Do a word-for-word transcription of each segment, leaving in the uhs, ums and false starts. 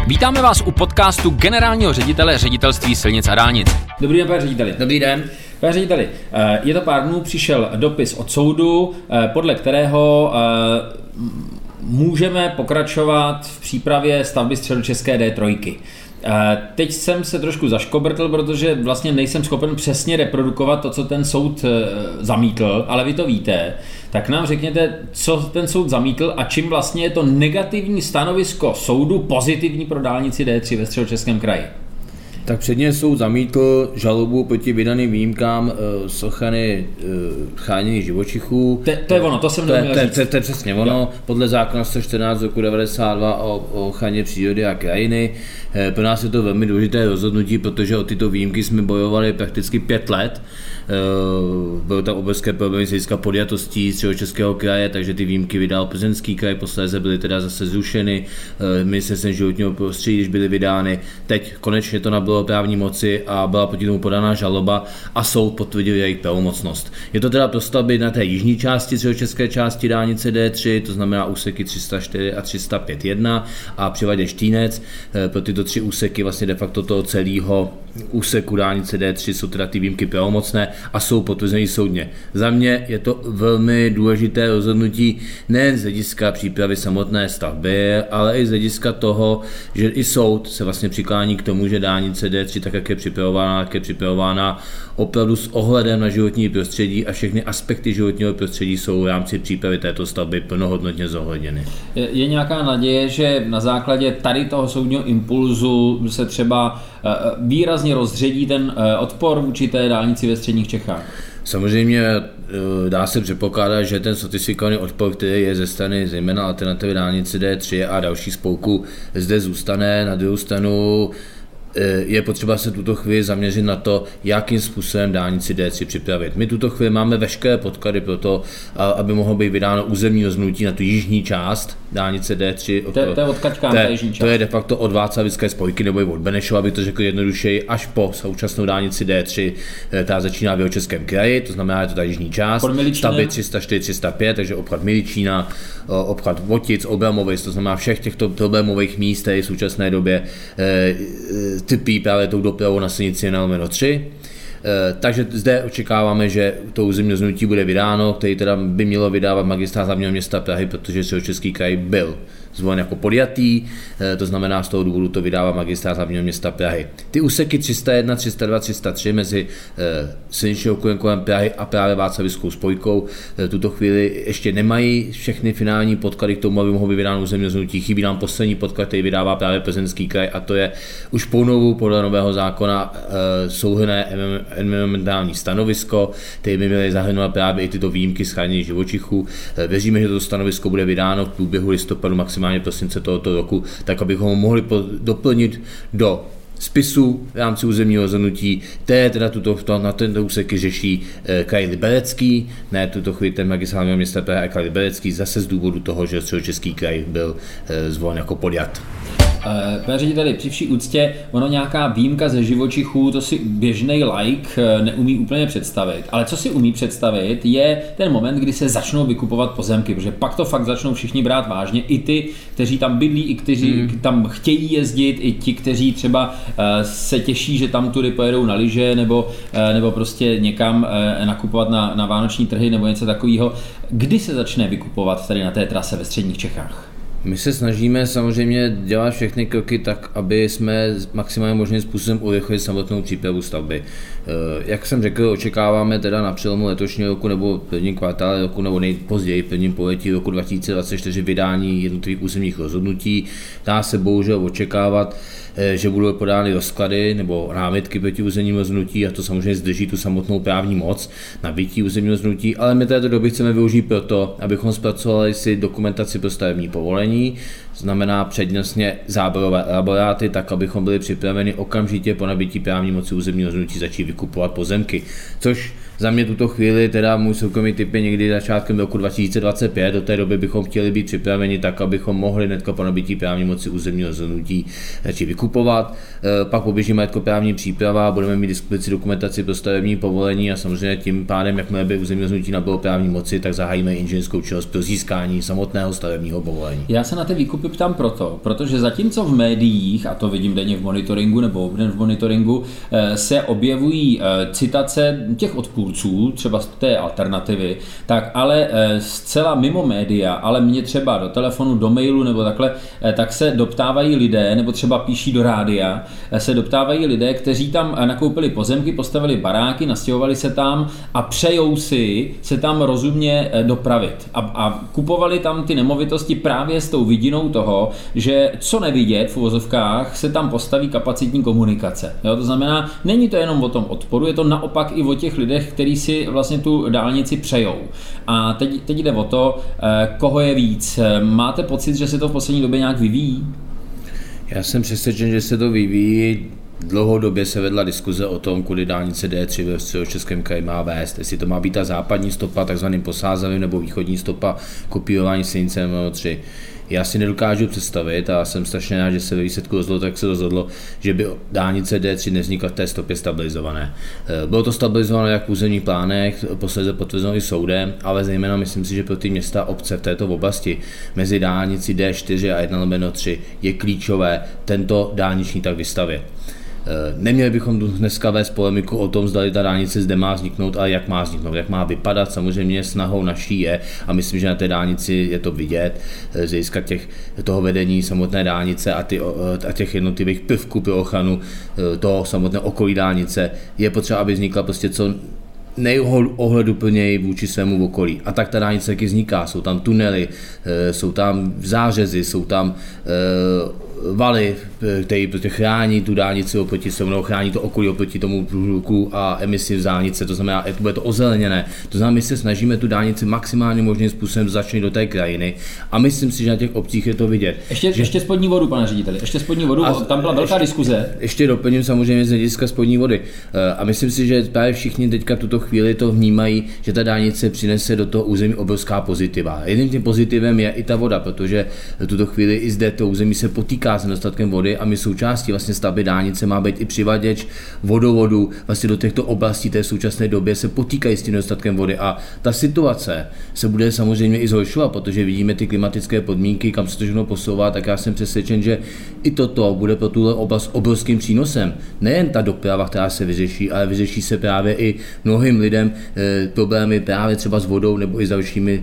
Vítáme vás u podcastu generálního ředitele Ředitelství silnic a dálnic. Dobrý den, pane řediteli. Dobrý den. Pane řediteli, je to pár dnů, přišel dopis od soudu, podle kterého můžeme pokračovat v přípravě stavby středočeské D tři. Teď jsem se trošku zaškobrtl, protože vlastně nejsem schopen přesně reprodukovat to, co ten soud zamítl, ale vy to víte. Tak nám řekněte, co ten soud zamítl a čím vlastně je to negativní stanovisko soudu pozitivní pro dálnici D tři ve Středočeském kraji. Tak předně soud zamítl žalobu proti vydaným výjimkám e, z ochrany e, chráněných živočichů. To, to je ono, to jsem neměl říct. To, to, to je přesně ono, jo. Podle zákona sto čtrnáct roku devadesát dva o, o ochraně přírody a krajiny. E, pro nás je to velmi důležité rozhodnutí, protože o tyto výjimky jsme bojovali prakticky pět let. E, bylo tam obrovské problémy z hlediska podjatostí Středočeského kraje, takže ty výjimky vydal Plzeňský kraj, posléze byly teda zase zrušeny. E, Ministerstvem životního prostředí, když byly vydány. Teď konečně to nabylo právní moci a byla proti tomu podána žaloba a soud potvrdil jejich pravomocnost. Je to teda pro stavby na té jižní části středočeské části dálnice D tři, to znamená úseky tři sta čtyři a tři sta pět jedna a přivadě Štínec. Pro tyto tři úseky vlastně de facto toho celého úseku dálnice D tři jsou teda ty výjimky pravomocné a jsou potvrzený soudně. Za mě je to velmi důležité rozhodnutí nejen z hlediska přípravy samotné stavby, ale i z hlediska toho, že i soud se vlastně přiklání k tomu, že dálnice D tři, tak jak je připravována, jak je připravována opravdu s ohledem na životní prostředí a všechny aspekty životního prostředí jsou v rámci přípravy této stavby plnohodnotně zohledněny. Je, je nějaká naděje, že na základě tady toho soudního impulzu se třeba výrazně rozředí ten odpor vůči té dálnici ve středních Čechách? Samozřejmě dá se předpokládat, že ten sofistikovaný odpor, který je ze strany zejména alternativy dálnice D tři a dalších spolků, zde zůstane. Na druhou stranu je potřeba se tuto chvíli zaměřit na to, jakým způsobem dálnici D tři připravit. My tuto chvíli máme veškeré podklady pro to, aby mohlo být vydáno územní rozhodnutí na tu jižní část dálnice D tři. To, to je odkačka na jižní část. To je de facto od Václavické spojky nebo i od Benešova, aby to řekl jednodušeji, až po současnou dálnici D tři, ta začíná v Jihočeském kraji, to znamená, je to ta jižní část. Stavby tři sta čtyři, tři sta pět, takže obchvat Miličína, obchvat Votic, Obramovic, to znamená všech těchto problémových míst, které v současné době trpí právě tou dopravou na silnici na lomeno tři. Takže zde očekáváme, že to územní rozhodnutí bude vydáno, který teda by mělo vydávat Magistrát hlavního města Prahy, protože Středočeský kraj byl zvolen jako podjatý, to znamená, z toho důvodu to vydává Magistrát hlavního města Prahy. Ty úseky tři sta jedna, tři sta dva, tři sta tři mezi eh, silničním okruhem kolem Prahy a právě Václavickou spojkou eh, tuto chvíli ještě nemají všechny finální podklady k tomu, aby mohlo být vydáno územní rozhodnutí. Chybí nám poslední podklad, který vydává právě Plzeňský kraj, a to je už ponovu podle nového zákona eh, souhrnné environmentální stanovisko, které by měly zahrnovat právě i tyto výjimky z chráněných živočichů. Eh, věříme, že to stanovisko bude vydáno v průběhu listopadu, maximálně prosince tohoto roku, tak abychom ho mohli doplnit do spisu v rámci územního rozhodnutí, které teda tuto, to, na tento úseky řeší e, kraj Liberecký, ne tuto chvíli ten magistrát hlavního města Prahy a kraj Liberecký, zase z důvodu toho, že Středočeský kraj byl e, zvolen jako podjat. Pane řediteli, při vší úctě, ono nějaká výjimka ze živočichů, to si běžný laik neumí úplně představit. Ale co si umí představit, je ten moment, kdy se začnou vykupovat pozemky, protože pak to fakt začnou všichni brát vážně. I ty, kteří tam bydlí, i kteří hmm. tam chtějí jezdit, i ti, kteří třeba se těší, že tam tudy pojedou na lyže, nebo, nebo prostě někam nakupovat na, na vánoční trhy, nebo něco takového. Kdy se začne vykupovat tady na té trase ve středních Čechách? My se snažíme samozřejmě dělat všechny kroky tak, aby jsme maximálně možným způsobem urychlili samotnou přípravu stavby. Jak jsem řekl, očekáváme teda na přelomu letošního roku nebo prvním kvartále roku nebo nejpozději prvním poletí roku dva tisíce dvacet čtyři vydání jednotlivých územních rozhodnutí. Dá se bohužel očekávat, že budou podány rozklady nebo námitky proti územnímu rozhodnutí a to samozřejmě zdrží tu samotnou právní moc nabití územního rozhodnutí, ale my této doby chceme využít proto, abychom zpracovali si dokumentaci pro stavební povolení, znamená přednostně záborové elaboráty, tak abychom byli připraveni okamžitě po nabití právní moci územního rozhodnutí začít vykupovat pozemky, což za mě tuto chvíli teda můj soukromý tip je někdy začátkem roku dva tisíce dvacet pět, do té doby bychom chtěli být připraveni tak, abychom mohli hnedka po nabytí právní moci územního rozhodnutí či vykupovat. Pak poběží majetkoprávní příprava, budeme mít dispozici dokumentaci pro stavební povolení a samozřejmě tím pádem, jakmile by územní rozhodnutí nabylo právní moci, tak zahájíme inženýrskou činnost pro získání samotného stavebního povolení. Já se na ty výkupy ptám proto, protože zatímco v médiích, a to vidím denně v monitoringu nebo obden v monitoringu, se objevují citace těch odpůrců, třeba z té alternativy, tak ale zcela mimo média, ale mě třeba do telefonu, do mailu nebo takhle, tak se doptávají lidé, nebo třeba píší do rádia, se doptávají lidé, kteří tam nakoupili pozemky, postavili baráky, nastěhovali se tam a přejou si se tam rozumně dopravit. A, a kupovali tam ty nemovitosti právě s tou vidinou toho, že co nevidět v uvozovkách se tam postaví kapacitní komunikace. Jo, to znamená, není to jenom o tom odporu, je to naopak i o těch lidech, kteří si vlastně tu dálnici přejou. A teď, teď jde o to, koho je víc. Máte pocit, že se to v poslední době nějak vyvíjí? Já jsem přesvědčen, že se to vyvíjí. Dlouhodobě se vedla diskuze o tom, kudy dálnice D tři ve Středočeském kraji má vést. Jestli to má být ta západní stopa, takzvaným posázavým, nebo východní stopa kopírování silnice M tři. Já si nedokážu představit a jsem strašně rád, že se ve výsledku rozhodlo, tak se rozhodlo, že by dálnice D tři nevznikla v té stopě stabilizované. Bylo to stabilizované jak v územních plánech, posledně potvrzeno i soudem, ale zejména myslím si, že pro ty města obce v této oblasti mezi dálnici D čtyři a jedna lomeno tři je klíčové tento dálniční tak vystavět. Neměli bychom dneska vést polemiku o tom, zda ta dálnice zde má vzniknout a jak má vzniknout, jak má vypadat. Samozřejmě snahou naší je, a myslím, že na té dálnici je to vidět, z hlediska těch, toho vedení samotné dálnice a, ty, a těch jednotlivých prvků pro ochranu toho samotné okolí dálnice, je potřeba, aby vznikla prostě co nejohleduplněji vůči svému okolí. A tak ta dálnice taky vzniká. Jsou tam tunely, jsou tam zářezy, jsou tam valy, které prostě chrání tu dálnici oproti svému, chrání to okolí oproti tomu hluku a emisi z dálnice, to znamená, že bude to ozeleněné. To znamená, my se snažíme tu dálnici maximálně možným způsobem začlenit do té krajiny a myslím si, že na těch obcích je to vidět. Ještě, že... ještě spodní vodu, pane řediteli, ještě spodní vodu, a tam byla velká ještě, diskuze. Ještě doplním samozřejmě z hlediska spodní vody. A myslím si, že právě všichni teďka tuto chvíli to vnímají, že ta dálnice přinese do toho území obrovská pozitiva. Jedním tím pozitivem je i ta voda, protože tuto chvíli i zde to území se potýká s nedostatkem vody a my součástí vlastně stavby dálnice má být i přivaděč vodovodu vlastně do těchto oblastí té současné době se potýkají s tím nedostatkem vody a ta situace se bude samozřejmě i zhoršovat, protože vidíme ty klimatické podmínky, kam se to všechno posouvá, tak já jsem přesvědčen, že i toto bude pro tuhle oblast obrovským přínosem. Nejen ta doprava, která se vyřeší, ale vyřeší se právě i mnohým lidem e, problémy právě třeba s vodou nebo i s dalšími,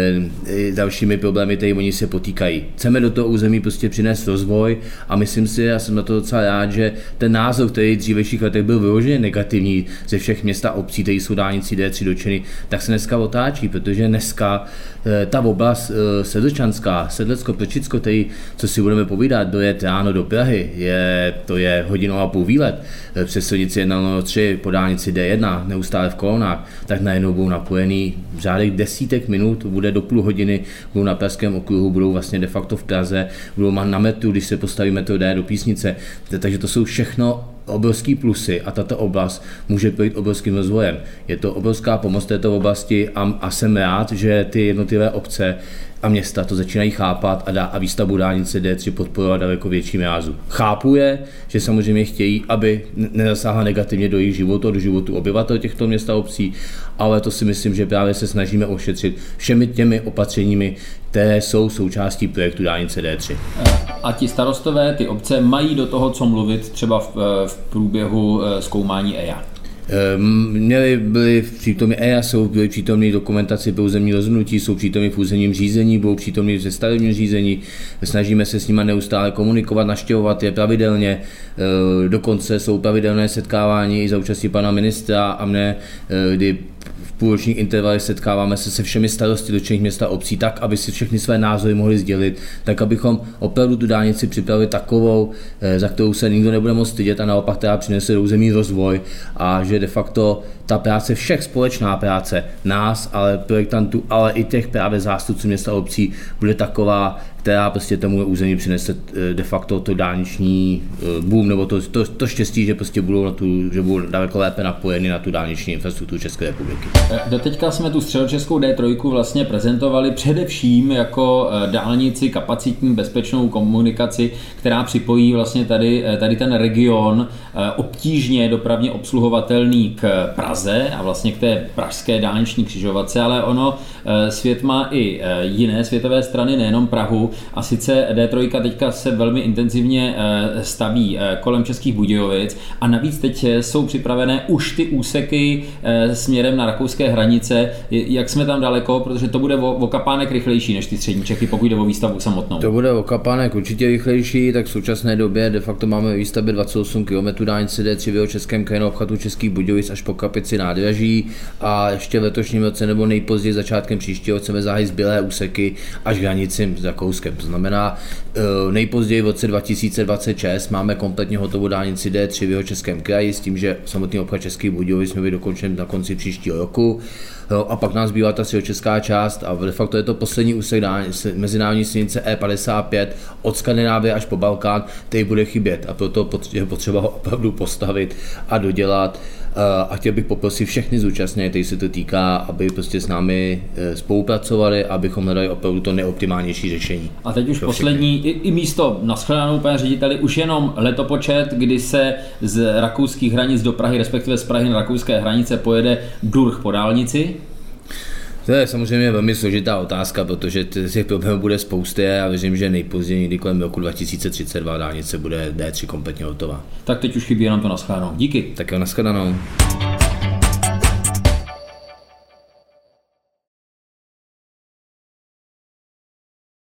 e, dalšími problémy, které oni se potýkají. Chceme do toho území prostě přinést rozvoj a myslím si, já jsem na to docela rád, že ten názor, který v dřívějších letech byl vyloženě negativní ze všech měst a obcí, které jsou dálnicí D tři dotčeny, tak se dneska otáčí, protože dneska e, ta oblast e, Sedlčanská, Sedlecko, Prčicko, který, co si budeme povídat, dojet ráno do Prahy, je, to je hodinou a půl výlet, e, přes silnici jedna lomeno tři po dálnici D jedna, neustále v kolonách, tak najednou budou napojený v řádech desítek minut, bude do půl hodiny, budou na pražském okruhu, budou vlastně de facto v Praze, budou na metru, když se postaví metro D do Písnice, takže to jsou všechno obrovský plusy a tato oblast může projít obrovským rozvojem. Je to obrovská pomoc této oblasti a, a jsem rád, že ty jednotlivé obce a města to začínají chápat a, dá, a výstavbu dálnice D tři podporovat daleko větší rázu. Chápu je, že samozřejmě chtějí, aby nezasáhla negativně do jejich života, do životu obyvatel těchto měst a obcí, ale to si myslím, že právě se snažíme ošetřit všemi těmi opatřeními, které jsou součástí projektu dálnice D tři. A ti starostové, ty obce mají do toho co mluvit třeba v, v průběhu zkoumání E I A? Měli byli přítomní E I A, jsou byli přítomní dokumentaci pro územní rozhodnutí, jsou přítomní v územním řízení, budou přítomní ve stavebním řízení, snažíme se s nimi neustále komunikovat, navštěvovat je pravidelně, dokonce jsou pravidelné setkávání i za účastí pana ministra a mne, kdy v půlročních intervalech setkáváme se se všemi starosty dotčených měst a obcí tak, aby si všechny své názory mohli sdělit, tak abychom opravdu tu dálnici připravili takovou, za kterou se nikdo nebude moct stydět a naopak která přinese do území rozvoj a že de facto ta práce všech, společná práce nás, ale projektantů, ale i těch právě zástupců měst a obcí bude taková, která prostě tomu území přinese de facto to dálniční boom, nebo to, to, to štěstí, že prostě budou na tu, že budou daleko lépe napojeny na tu dálniční infrastrukturu České republiky. Doteďka jsme tu středočeskou D tři vlastně prezentovali především jako dálnici, kapacitní, bezpečnou komunikaci, která připojí vlastně tady, tady ten region obtížně dopravně obsluhovatelný k Praze a vlastně k té pražské dálniční křižovatce, ale ono svět má i jiné světové strany, nejenom Prahu, a sice D tři teďka se velmi intenzivně staví kolem Českých Budějovic a navíc teď jsou připravené už ty úseky směrem na rakouské hranice. Jak jsme tam daleko, protože to bude o kapánek rychlejší než ty střední Čechy, pokud jde o výstavbu samotnou. To bude o kapánek určitě rychlejší, tak v současné době de facto máme výstavbě dvacet osm kilometrů dálnice D tři v Jihočeském kraji na obchvatu Českých Budějovic až po Kapici nádraží a ještě v letošním roce nebo nejpozději začátkem příštího chceme zahájit zbylé úseky až k hranicím s Rakouskem. To znamená, nejpozději v roce dva tisíce dvacet šest máme kompletně hotovou dálnici D tři v Jihočeském kraji s tím, že samotný obchvat Českých Budějovic jsme být dokončen na konci příštího roku. A pak nás bývá ta středočeská část a de facto je to poslední úsek mezinárodní silnice E padesát pět od Skandinávie až po Balkán, který bude chybět a proto je potřeba ho opravdu postavit a dodělat. A chtěl bych poprosit všechny zúčastněné, kteří se to týká, aby prostě s námi spolupracovali, abychom hledali opravdu to nejoptimálnější řešení. A teď už poslední, i, i místo na shledanou, pane řediteli, už jenom letopočet, kdy se z rakouských hranic do Prahy, respektive z Prahy na rakouské hranice pojede durch po dálnici? To je samozřejmě velmi složitá otázka, protože těch problémů bude spousty a věřím, že nejpozději někdy kolem roku dva tisíce třicet dva dálnice bude D tři kompletně hotová. Tak teď už chybí jenom to naschledanou. Díky. Tak jo, naschledanou.